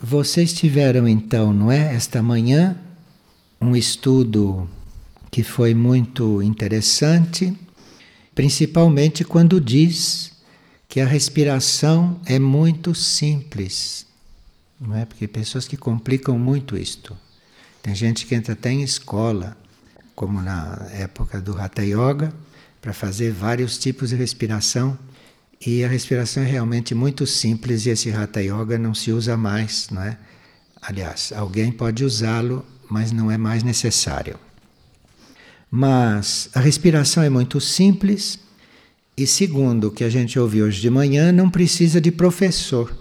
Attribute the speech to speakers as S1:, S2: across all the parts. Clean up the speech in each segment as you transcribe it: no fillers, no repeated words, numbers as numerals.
S1: Vocês tiveram então, não é, esta manhã, um estudo que foi muito interessante, principalmente quando diz que a respiração é muito simples, não é? Porque pessoas que complicam muito isto. Tem gente que entra até em escola, como na época do Hatha Yoga, para fazer vários tipos de respiração. E a respiração é realmente muito simples e esse Hatha Yoga não se usa mais, não é? Aliás, alguém pode usá-lo, mas não é mais necessário. Mas a respiração é muito simples e, segundo o que a gente ouviu hoje de manhã, não precisa de professor.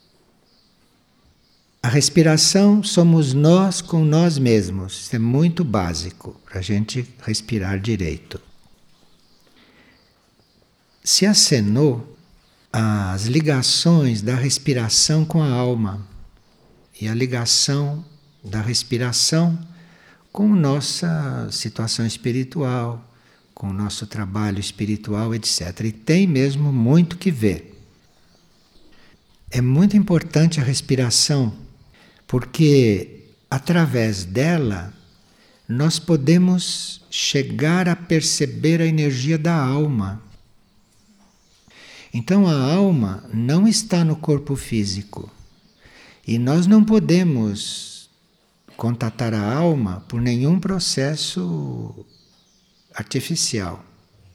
S1: A respiração somos nós com nós mesmos. Isso é muito básico para a gente respirar direito. Se acenou as ligações da respiração com a alma e a ligação da respiração com nossa situação espiritual, com o nosso trabalho espiritual, etc. E tem mesmo muito que ver. É muito importante a respiração, porque através dela nós podemos chegar a perceber a energia da alma. Então a alma não está no corpo físico e nós não podemos contatar a alma por nenhum processo artificial.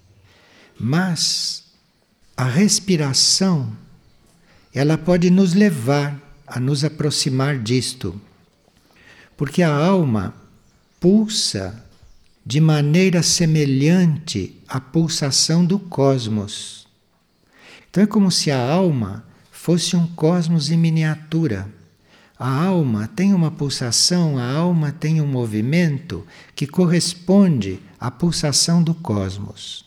S1: Mas a respiração, ela pode nos levar a nos aproximar disto, porque a alma pulsa de maneira semelhante à pulsação do cosmos. Então é como se a alma fosse um cosmos em miniatura. A alma tem uma pulsação, a alma tem um movimento que corresponde à pulsação do cosmos.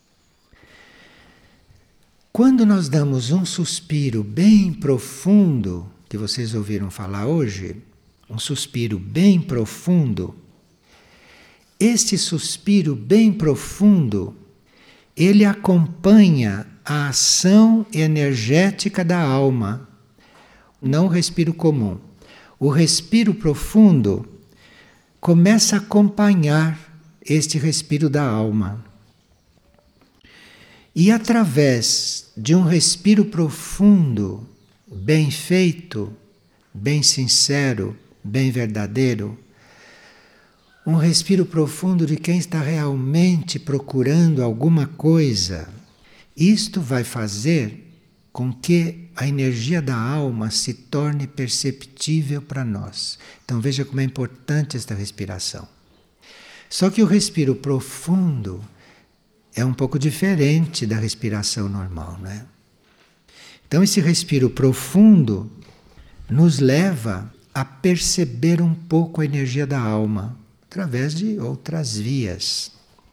S1: Quando nós damos um suspiro bem profundo, que vocês ouviram falar hoje, um suspiro bem profundo, este suspiro bem profundo, ele acompanha a ação energética da alma, não o respiro comum. O respiro profundo começa a acompanhar este respiro da alma. E através de um respiro profundo, bem feito, bem sincero, bem verdadeiro, um respiro profundo de quem está realmente procurando alguma coisa, isto vai fazer com que a energia da alma se torne perceptível para nós. Então veja como é importante esta respiração. Só que o respiro profundo é um pouco diferente da respiração normal, não é? Então esse respiro profundo nos leva a perceber um pouco a energia da alma através de outras vias.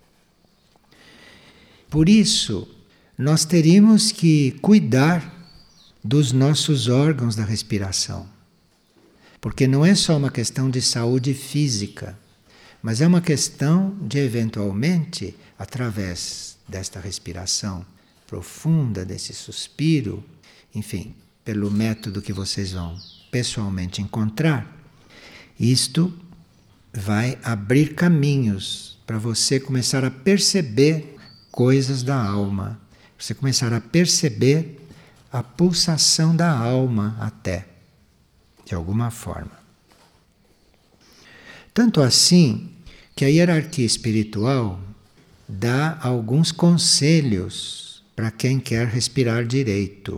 S1: Por isso, nós teríamos que cuidar dos nossos órgãos da respiração. Porque não é só uma questão de saúde física, mas é uma questão de, eventualmente, através desta respiração profunda, desse suspiro, enfim, pelo método que vocês vão pessoalmente encontrar, isto vai abrir caminhos para você começar a perceber coisas da alma. Você começar a perceber a pulsação da alma até, de alguma forma. Tanto assim que a hierarquia espiritual dá alguns conselhos para quem quer respirar direito.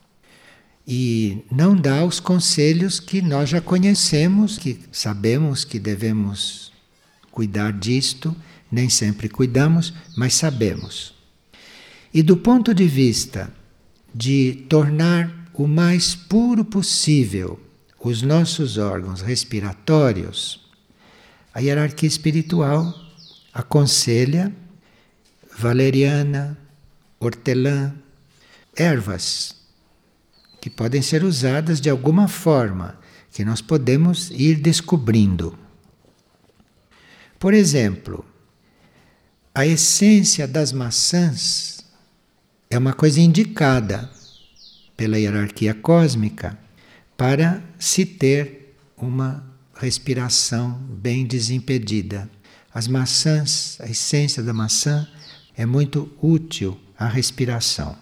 S1: E não dá os conselhos que nós já conhecemos, que sabemos que devemos cuidar disto, nem sempre cuidamos, mas sabemos. E do ponto de vista de tornar o mais puro possível os nossos órgãos respiratórios, a hierarquia espiritual aconselha valeriana, hortelã, ervas que podem ser usadas de alguma forma, que nós podemos ir descobrindo. Por exemplo, a essência das maçãs é uma coisa indicada pela hierarquia cósmica para se ter uma respiração bem desimpedida. As maçãs, a essência da maçã é muito útil à respiração.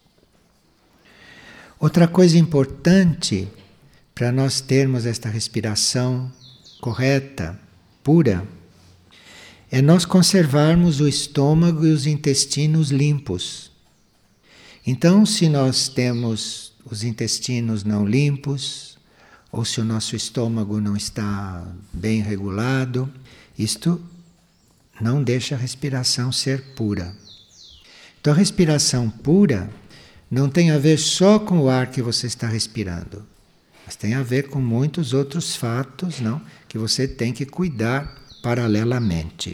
S1: Outra coisa importante para nós termos esta respiração correta, pura, é nós conservarmos o estômago e os intestinos limpos. Então, se nós temos os intestinos não limpos, ou se o nosso estômago não está bem regulado, isto não deixa a respiração ser pura. Então, a respiração pura não tem a ver só com o ar que você está respirando, mas tem a ver com muitos outros fatos, não, que você tem que cuidar paralelamente.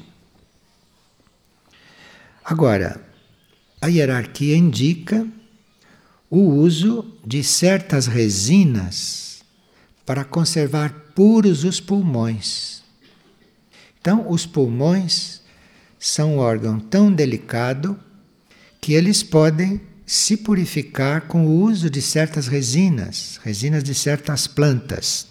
S1: Agora, a hierarquia indica o uso de certas resinas para conservar puros os pulmões. Então, os pulmões são um órgão tão delicado que eles podem se purificar com o uso de certas resinas de certas plantas.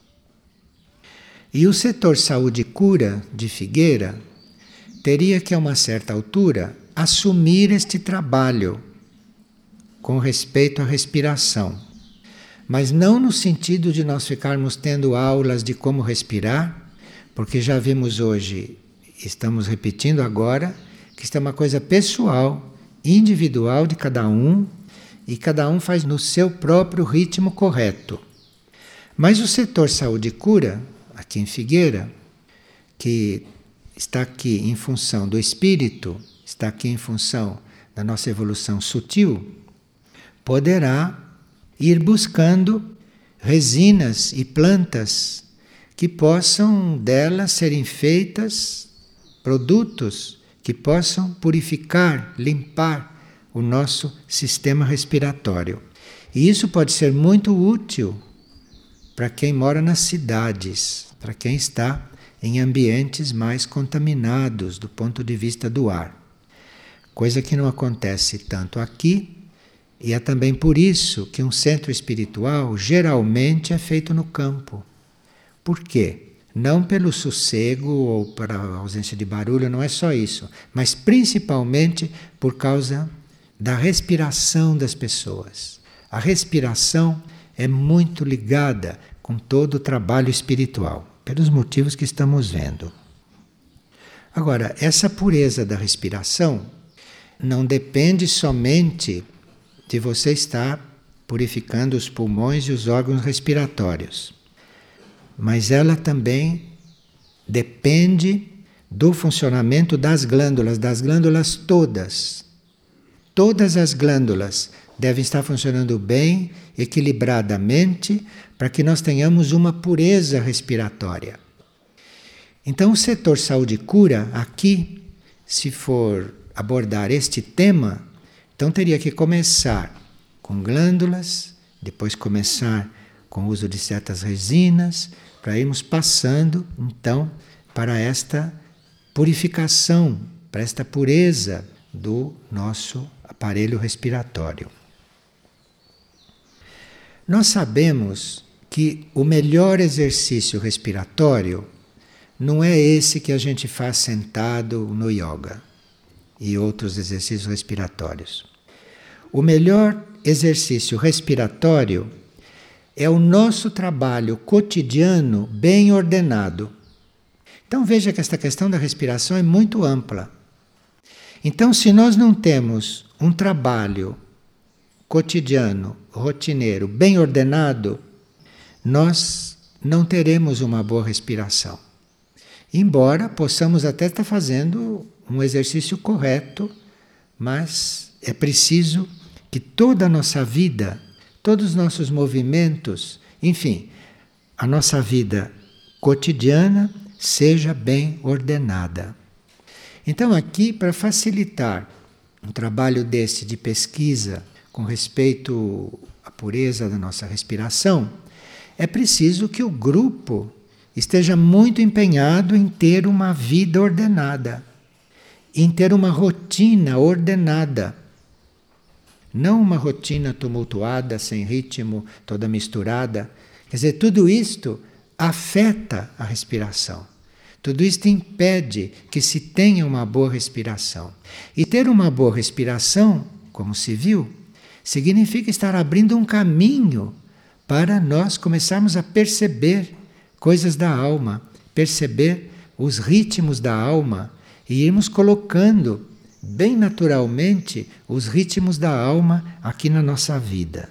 S1: E o setor saúde e cura de Figueira teria que, a uma certa altura, assumir este trabalho com respeito à respiração. Mas não no sentido de nós ficarmos tendo aulas de como respirar, porque já vimos hoje, estamos repetindo agora, que isto é uma coisa pessoal, individual de cada um, e cada um faz no seu próprio ritmo correto. Mas o setor saúde e cura, aqui em Figueira, que está aqui em função do espírito, está aqui em função da nossa evolução sutil, poderá ir buscando resinas e plantas que possam delas serem feitas produtos que possam purificar, limpar o nosso sistema respiratório. E isso pode ser muito útil para quem mora nas cidades, para quem está em ambientes mais contaminados do ponto de vista do ar. Coisa que não acontece tanto aqui, e é também por isso que um centro espiritual geralmente é feito no campo. Por quê? Não pelo sossego ou para a ausência de barulho, não é só isso, mas principalmente por causa da respiração das pessoas. A respiração é muito ligada com todo o trabalho espiritual, pelos motivos que estamos vendo. Agora, essa pureza da respiração não depende somente de você estar purificando os pulmões e os órgãos respiratórios, mas ela também depende do funcionamento das glândulas todas. Todas as glândulas devem estar funcionando bem, equilibradamente, para que nós tenhamos uma pureza respiratória. Então, o setor saúde e cura, aqui, se for abordar este tema, então teria que começar com glândulas, depois começar com o uso de certas resinas, para irmos passando, então, para esta purificação, para esta pureza do nosso aparelho respiratório. Nós sabemos que o melhor exercício respiratório não é esse que a gente faz sentado no yoga e outros exercícios respiratórios. O melhor exercício respiratório é o nosso trabalho cotidiano bem ordenado. Então veja que esta questão da respiração é muito ampla. Então, se nós não temos um trabalho cotidiano, rotineiro, bem ordenado, nós não teremos uma boa respiração. Embora possamos até estar fazendo um exercício correto, mas é preciso que toda a nossa vida, todos os nossos movimentos, enfim, a nossa vida cotidiana seja bem ordenada. Então, aqui, para facilitar um trabalho desse de pesquisa com respeito à pureza da nossa respiração, é preciso que o grupo esteja muito empenhado em ter uma vida ordenada, em ter uma rotina ordenada. não uma rotina tumultuada, sem ritmo, toda misturada. Quer dizer, tudo isto afeta a respiração. Tudo isto impede que se tenha uma boa respiração. E ter uma boa respiração, como se viu, significa estar abrindo um caminho para nós começarmos a perceber coisas da alma, perceber os ritmos da alma e irmos colocando bem naturalmente os ritmos da alma aqui na nossa vida.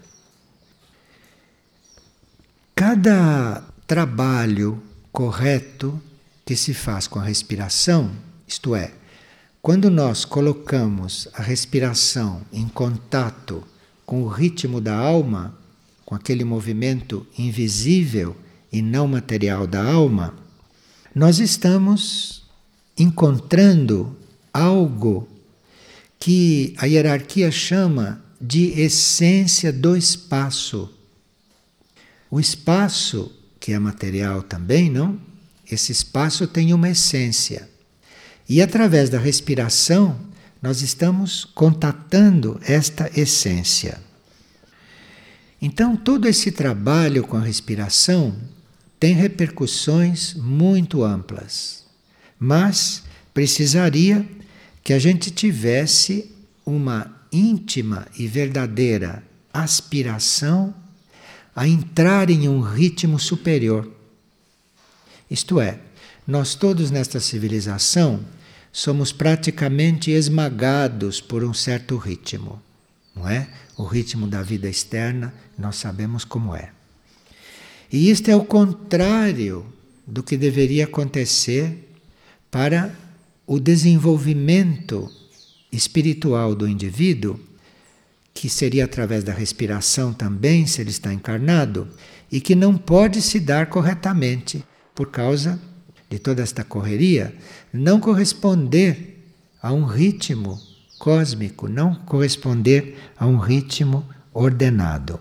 S1: Cada trabalho correto que se faz com a respiração, isto é, quando nós colocamos a respiração em contato com o ritmo da alma, com aquele movimento invisível e não material da alma, nós estamos encontrando algo que a hierarquia chama de essência do espaço. O espaço, que é material também, não? Esse espaço tem uma essência. E através da respiração, nós estamos contatando esta essência. Então, todo esse trabalho com a respiração tem repercussões muito amplas. Mas precisaria que a gente tivesse uma íntima e verdadeira aspiração a entrar em um ritmo superior. Isto é, nós todos nesta civilização somos praticamente esmagados por um certo ritmo, não é? O ritmo da vida externa, nós sabemos como é. E isto é o contrário do que deveria acontecer para o desenvolvimento espiritual do indivíduo, que seria através da respiração também, se ele está encarnado, e que não pode se dar corretamente, por causa de toda esta correria, não corresponder a um ritmo cósmico, não corresponder a um ritmo ordenado.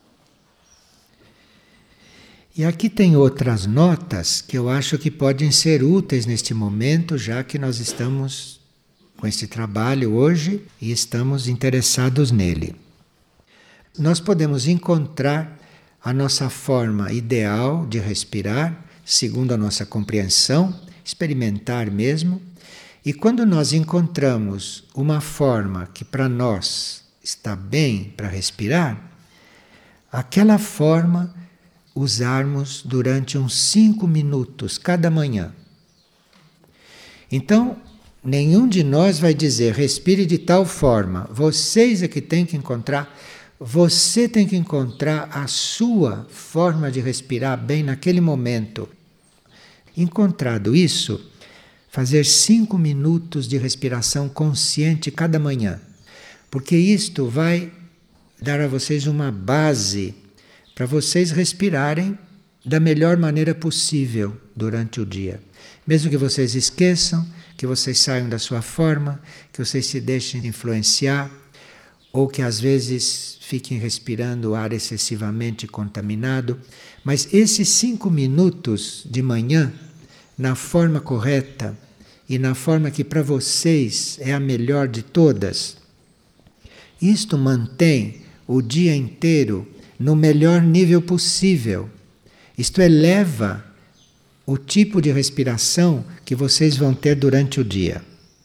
S1: E aqui tem outras notas que eu acho que podem ser úteis neste momento, já que nós estamos com este trabalho hoje e estamos interessados nele. Nós podemos encontrar a nossa forma ideal de respirar, segundo a nossa compreensão, experimentar mesmo, e quando nós encontramos uma forma que para nós está bem para respirar, aquela forma usarmos durante uns 5 minutos cada manhã. Então, nenhum de nós vai dizer respire de tal forma. Vocês é que têm que encontrar, você tem que encontrar a sua forma de respirar bem naquele momento. Encontrado isso, fazer 5 minutos de respiração consciente cada manhã, porque isto vai dar a vocês uma base para vocês respirarem da melhor maneira possível durante o dia. Mesmo que vocês esqueçam, que vocês saiam da sua forma, que vocês se deixem influenciar, ou que às vezes fiquem respirando ar excessivamente contaminado. Mas esses 5 minutos de manhã, na forma correta e na forma que para vocês é a melhor de todas, isto mantém o dia inteiro no melhor nível possível. Isto eleva o tipo de respiração que vocês vão ter durante o dia.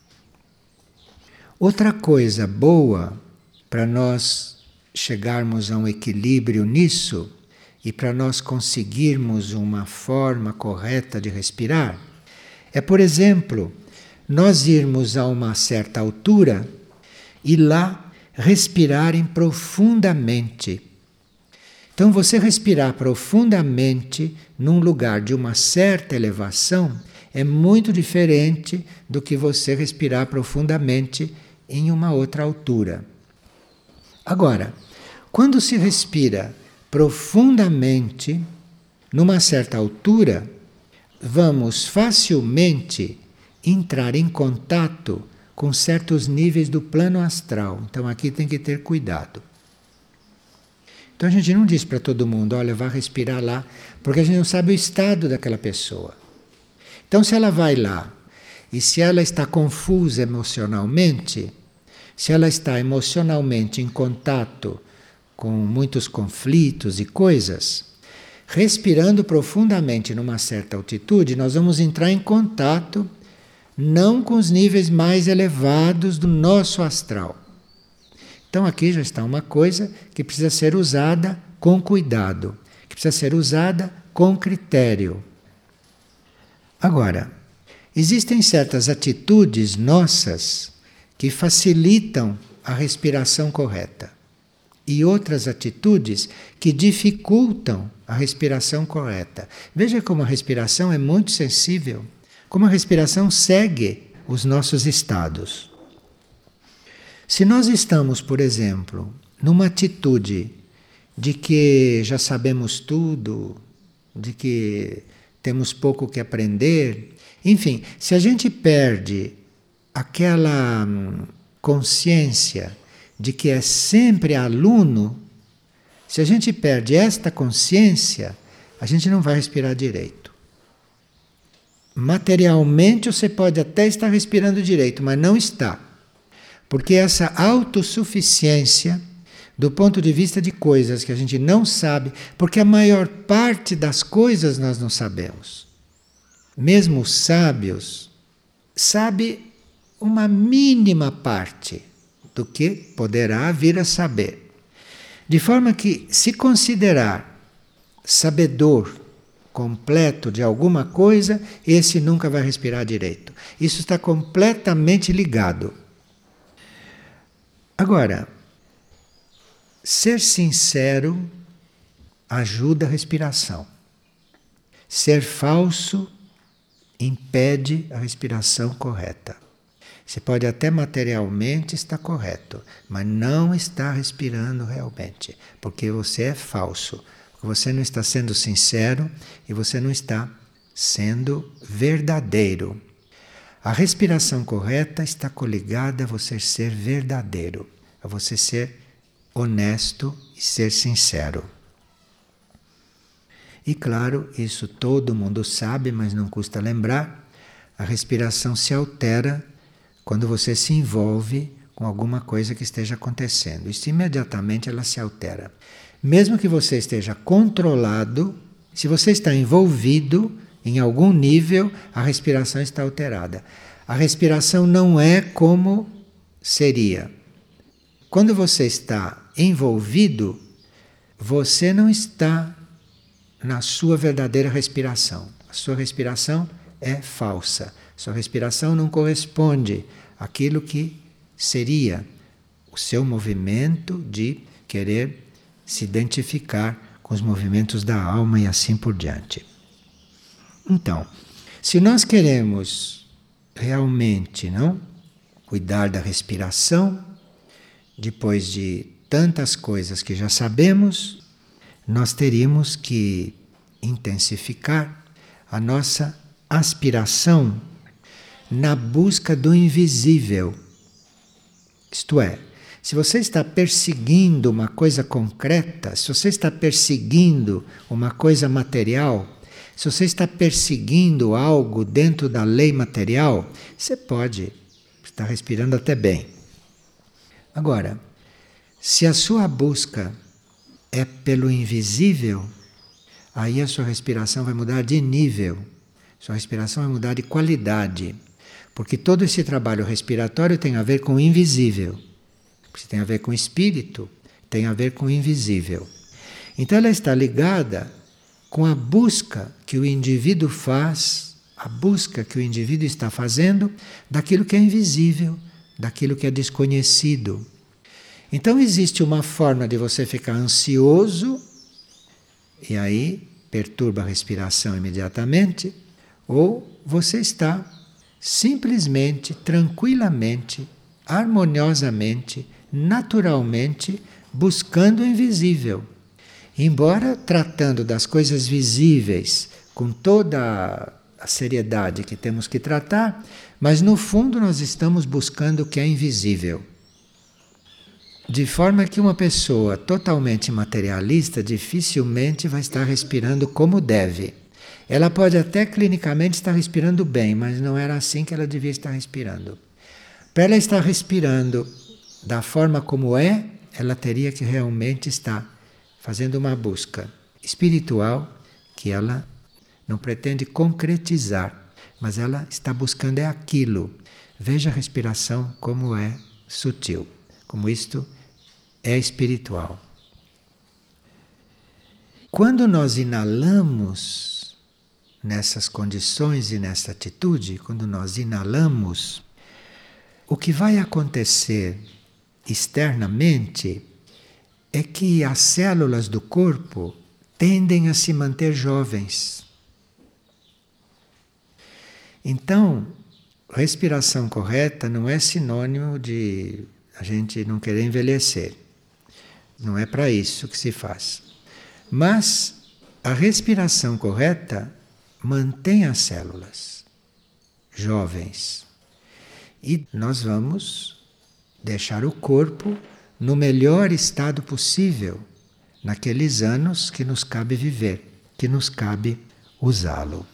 S1: Outra coisa boa para nós chegarmos a um equilíbrio nisso e para nós conseguirmos uma forma correta de respirar é, por exemplo, nós irmos a uma certa altura e lá respirarem profundamente. Então, você respirar profundamente num lugar de uma certa elevação é muito diferente do que você respirar profundamente em uma outra altura. Agora, quando se respira profundamente numa certa altura, vamos facilmente entrar em contato com certos níveis do plano astral. Então, aqui tem que ter cuidado. Então a gente não diz para todo mundo, olha, vá respirar lá, porque a gente não sabe o estado daquela pessoa. Então se ela vai lá e se ela está confusa emocionalmente, se ela está emocionalmente em contato com muitos conflitos e coisas, respirando profundamente numa certa altitude, nós vamos entrar em contato não com os níveis mais elevados do nosso astral. Então aqui já está uma coisa que precisa ser usada com cuidado, que precisa ser usada com critério. Agora, existem certas atitudes nossas que facilitam a respiração correta e outras atitudes que dificultam a respiração correta. Veja como a respiração é muito sensível, como a respiração segue os nossos estados. Se nós estamos, por exemplo, numa atitude de que já sabemos tudo, de que temos pouco que aprender, enfim, se a gente perde aquela consciência de que é sempre aluno, se a gente perde esta consciência, a gente não vai respirar direito. Materialmente você pode até estar respirando direito, mas não está. Porque essa autossuficiência, do ponto de vista de coisas que a gente não sabe, porque a maior parte das coisas nós não sabemos. Mesmo os sábios sabem uma mínima parte do que poderá vir a saber. De forma que, se considerar sabedor completo de alguma coisa, esse nunca vai respirar direito. Isso está completamente ligado. Agora, ser sincero ajuda a respiração. Ser falso impede a respiração correta. Você pode até materialmente estar correto, mas não está respirando realmente, porque você é falso, porque você não está sendo sincero e você não está sendo verdadeiro. A respiração correta está coligada a você ser verdadeiro, a você ser honesto e ser sincero. E claro, isso todo mundo sabe, mas não custa lembrar, a respiração se altera quando você se envolve com alguma coisa que esteja acontecendo. Isso imediatamente ela se altera. Mesmo que você esteja controlado, se você está envolvido em algum nível, a respiração está alterada. A respiração não é como seria. Quando você está envolvido, você não está na sua verdadeira respiração. A sua respiração é falsa. Sua respiração não corresponde àquilo que seria o seu movimento de querer se identificar com os movimentos da alma e assim por diante. Então, se nós queremos realmente, não, cuidar da respiração, depois de tantas coisas que já sabemos, nós teríamos que intensificar a nossa aspiração na busca do invisível. Isto é, se você está perseguindo uma coisa concreta, se você está perseguindo uma coisa material, se você está perseguindo algo dentro da lei material, você pode estar respirando até bem. Agora, se a sua busca é pelo invisível, aí a sua respiração vai mudar de nível, sua respiração vai mudar de qualidade, porque todo esse trabalho respiratório tem a ver com o invisível. Se tem a ver com o espírito, tem a ver com o invisível. Então ela está ligada com a busca que o indivíduo faz, a busca que o indivíduo está fazendo daquilo que é invisível, daquilo que é desconhecido. Então existe uma forma de você ficar ansioso, e aí perturba a respiração imediatamente, ou você está simplesmente, tranquilamente, harmoniosamente, naturalmente, buscando o invisível. Embora tratando das coisas visíveis com toda a seriedade que temos que tratar, mas no fundo nós estamos buscando o que é invisível. De forma que uma pessoa totalmente materialista dificilmente vai estar respirando como deve. Ela pode até clinicamente estar respirando bem, mas não era assim que ela devia estar respirando. Para ela estar respirando da forma como é, ela teria que realmente estar fazendo uma busca espiritual que ela não pretende concretizar, mas ela está buscando é aquilo. Veja a respiração como é sutil, como isto é espiritual. Quando nós inalamos nessas condições e nessa atitude, quando nós inalamos, o que vai acontecer externamente é que as células do corpo tendem a se manter jovens. Então, respiração correta não é sinônimo de a gente não querer envelhecer. Não é para isso que se faz. Mas a respiração correta mantém as células jovens. E nós vamos deixar o corpo no melhor estado possível, naqueles anos que nos cabe viver, que nos cabe usá-lo.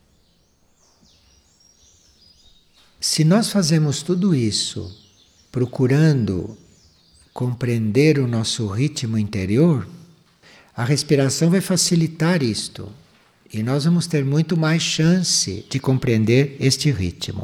S1: Se nós fazemos tudo isso procurando compreender o nosso ritmo interior, a respiração vai facilitar isto e nós vamos ter muito mais chance de compreender este ritmo.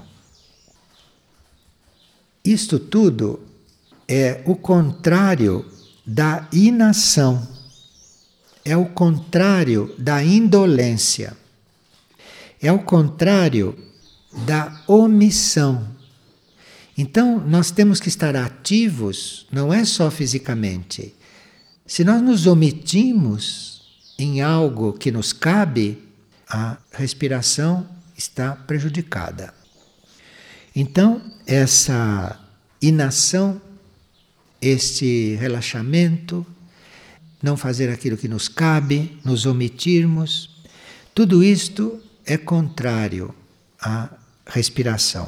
S1: Isto tudo é o contrário da inação, é o contrário da indolência, é o contrário da omissão. Então, nós temos que estar ativos, não é só fisicamente. Se nós nos omitimos em algo que nos cabe, a respiração está prejudicada. Então, essa inação, este relaxamento, não fazer aquilo que nos cabe, nos omitirmos, tudo isto é contrário à respiração.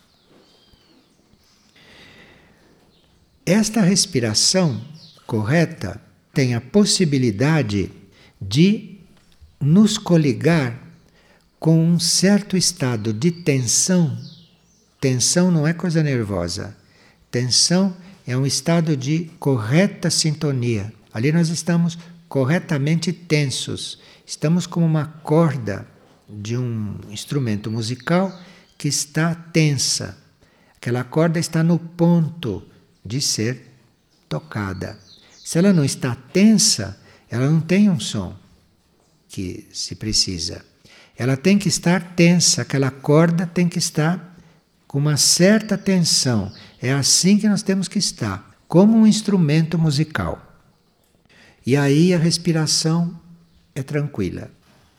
S1: Esta respiração correta tem a possibilidade de nos coligar com um certo estado de tensão. Tensão não é coisa nervosa. Tensão é um estado de correta sintonia. Ali nós estamos corretamente tensos. Estamos como uma corda de um instrumento musical que está tensa. Aquela corda está no ponto de ser tocada. Se ela não está tensa, ela não tem um som que se precisa. Ela tem que estar tensa, aquela corda tem que estar com uma certa tensão. É assim que nós temos que estar, como um instrumento musical. E aí a respiração é tranquila.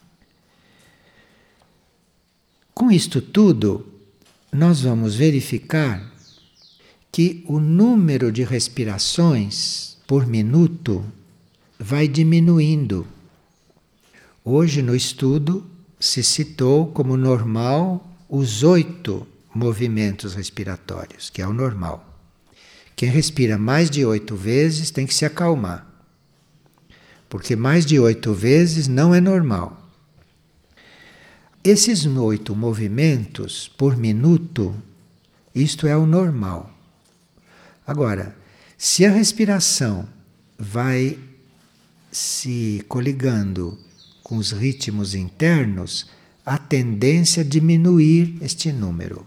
S1: Com isto tudo, nós vamos verificar que o número de respirações por minuto vai diminuindo. Hoje no estudo se citou como normal os 8 movimentos respiratórios, que é o normal. Quem respira mais de 8 vezes tem que se acalmar, porque mais de 8 vezes não é normal. Esses 8 movimentos por minuto, isto é o normal. Agora, se a respiração vai se coligando com os ritmos internos, a tendência é diminuir este número.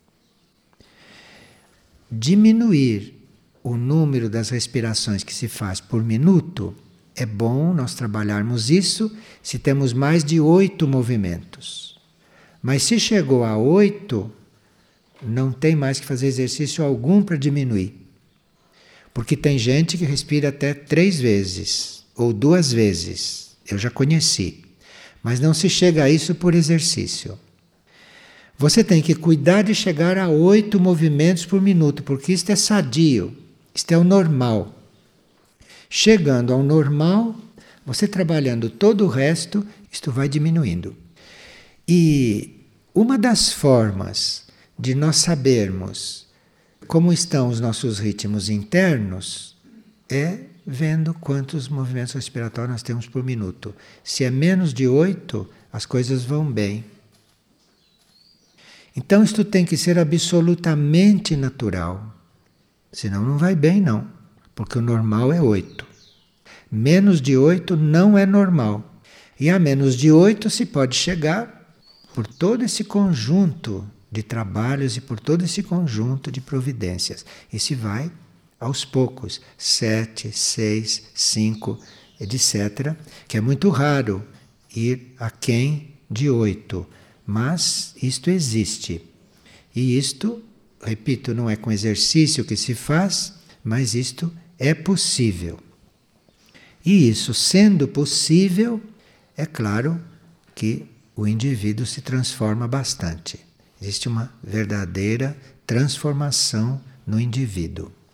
S1: Diminuir o número das respirações que se faz por minuto, é bom nós trabalharmos isso se temos mais de 8 movimentos. Mas se chegou a 8, não tem mais que fazer exercício algum para diminuir. Porque tem gente que respira até 3 vezes ou 2 vezes. Eu já conheci. Mas não se chega a isso por exercício. Você tem que cuidar de chegar a 8 movimentos por minuto, porque isto é sadio, isto é o normal. Chegando ao normal, você trabalhando todo o resto, isto vai diminuindo. E uma das formas de nós sabermos como estão os nossos ritmos internos é vendo quantos movimentos respiratórios nós temos por minuto. Se é menos de 8, as coisas vão bem. Então isto tem que ser absolutamente natural. Senão não vai bem não, porque o normal é 8. Menos de 8 não é normal. E a menos de 8 se pode chegar por todo esse conjunto de trabalhos e por todo esse conjunto de providências. E se vai aos poucos, 7, 6, 5, etc. Que é muito raro ir aquém de 8. Mas isto existe. E isto, repito, não é com exercício que se faz, mas isto é possível. E isso sendo possível, é claro que o indivíduo se transforma bastante. Existe uma verdadeira transformação no indivíduo.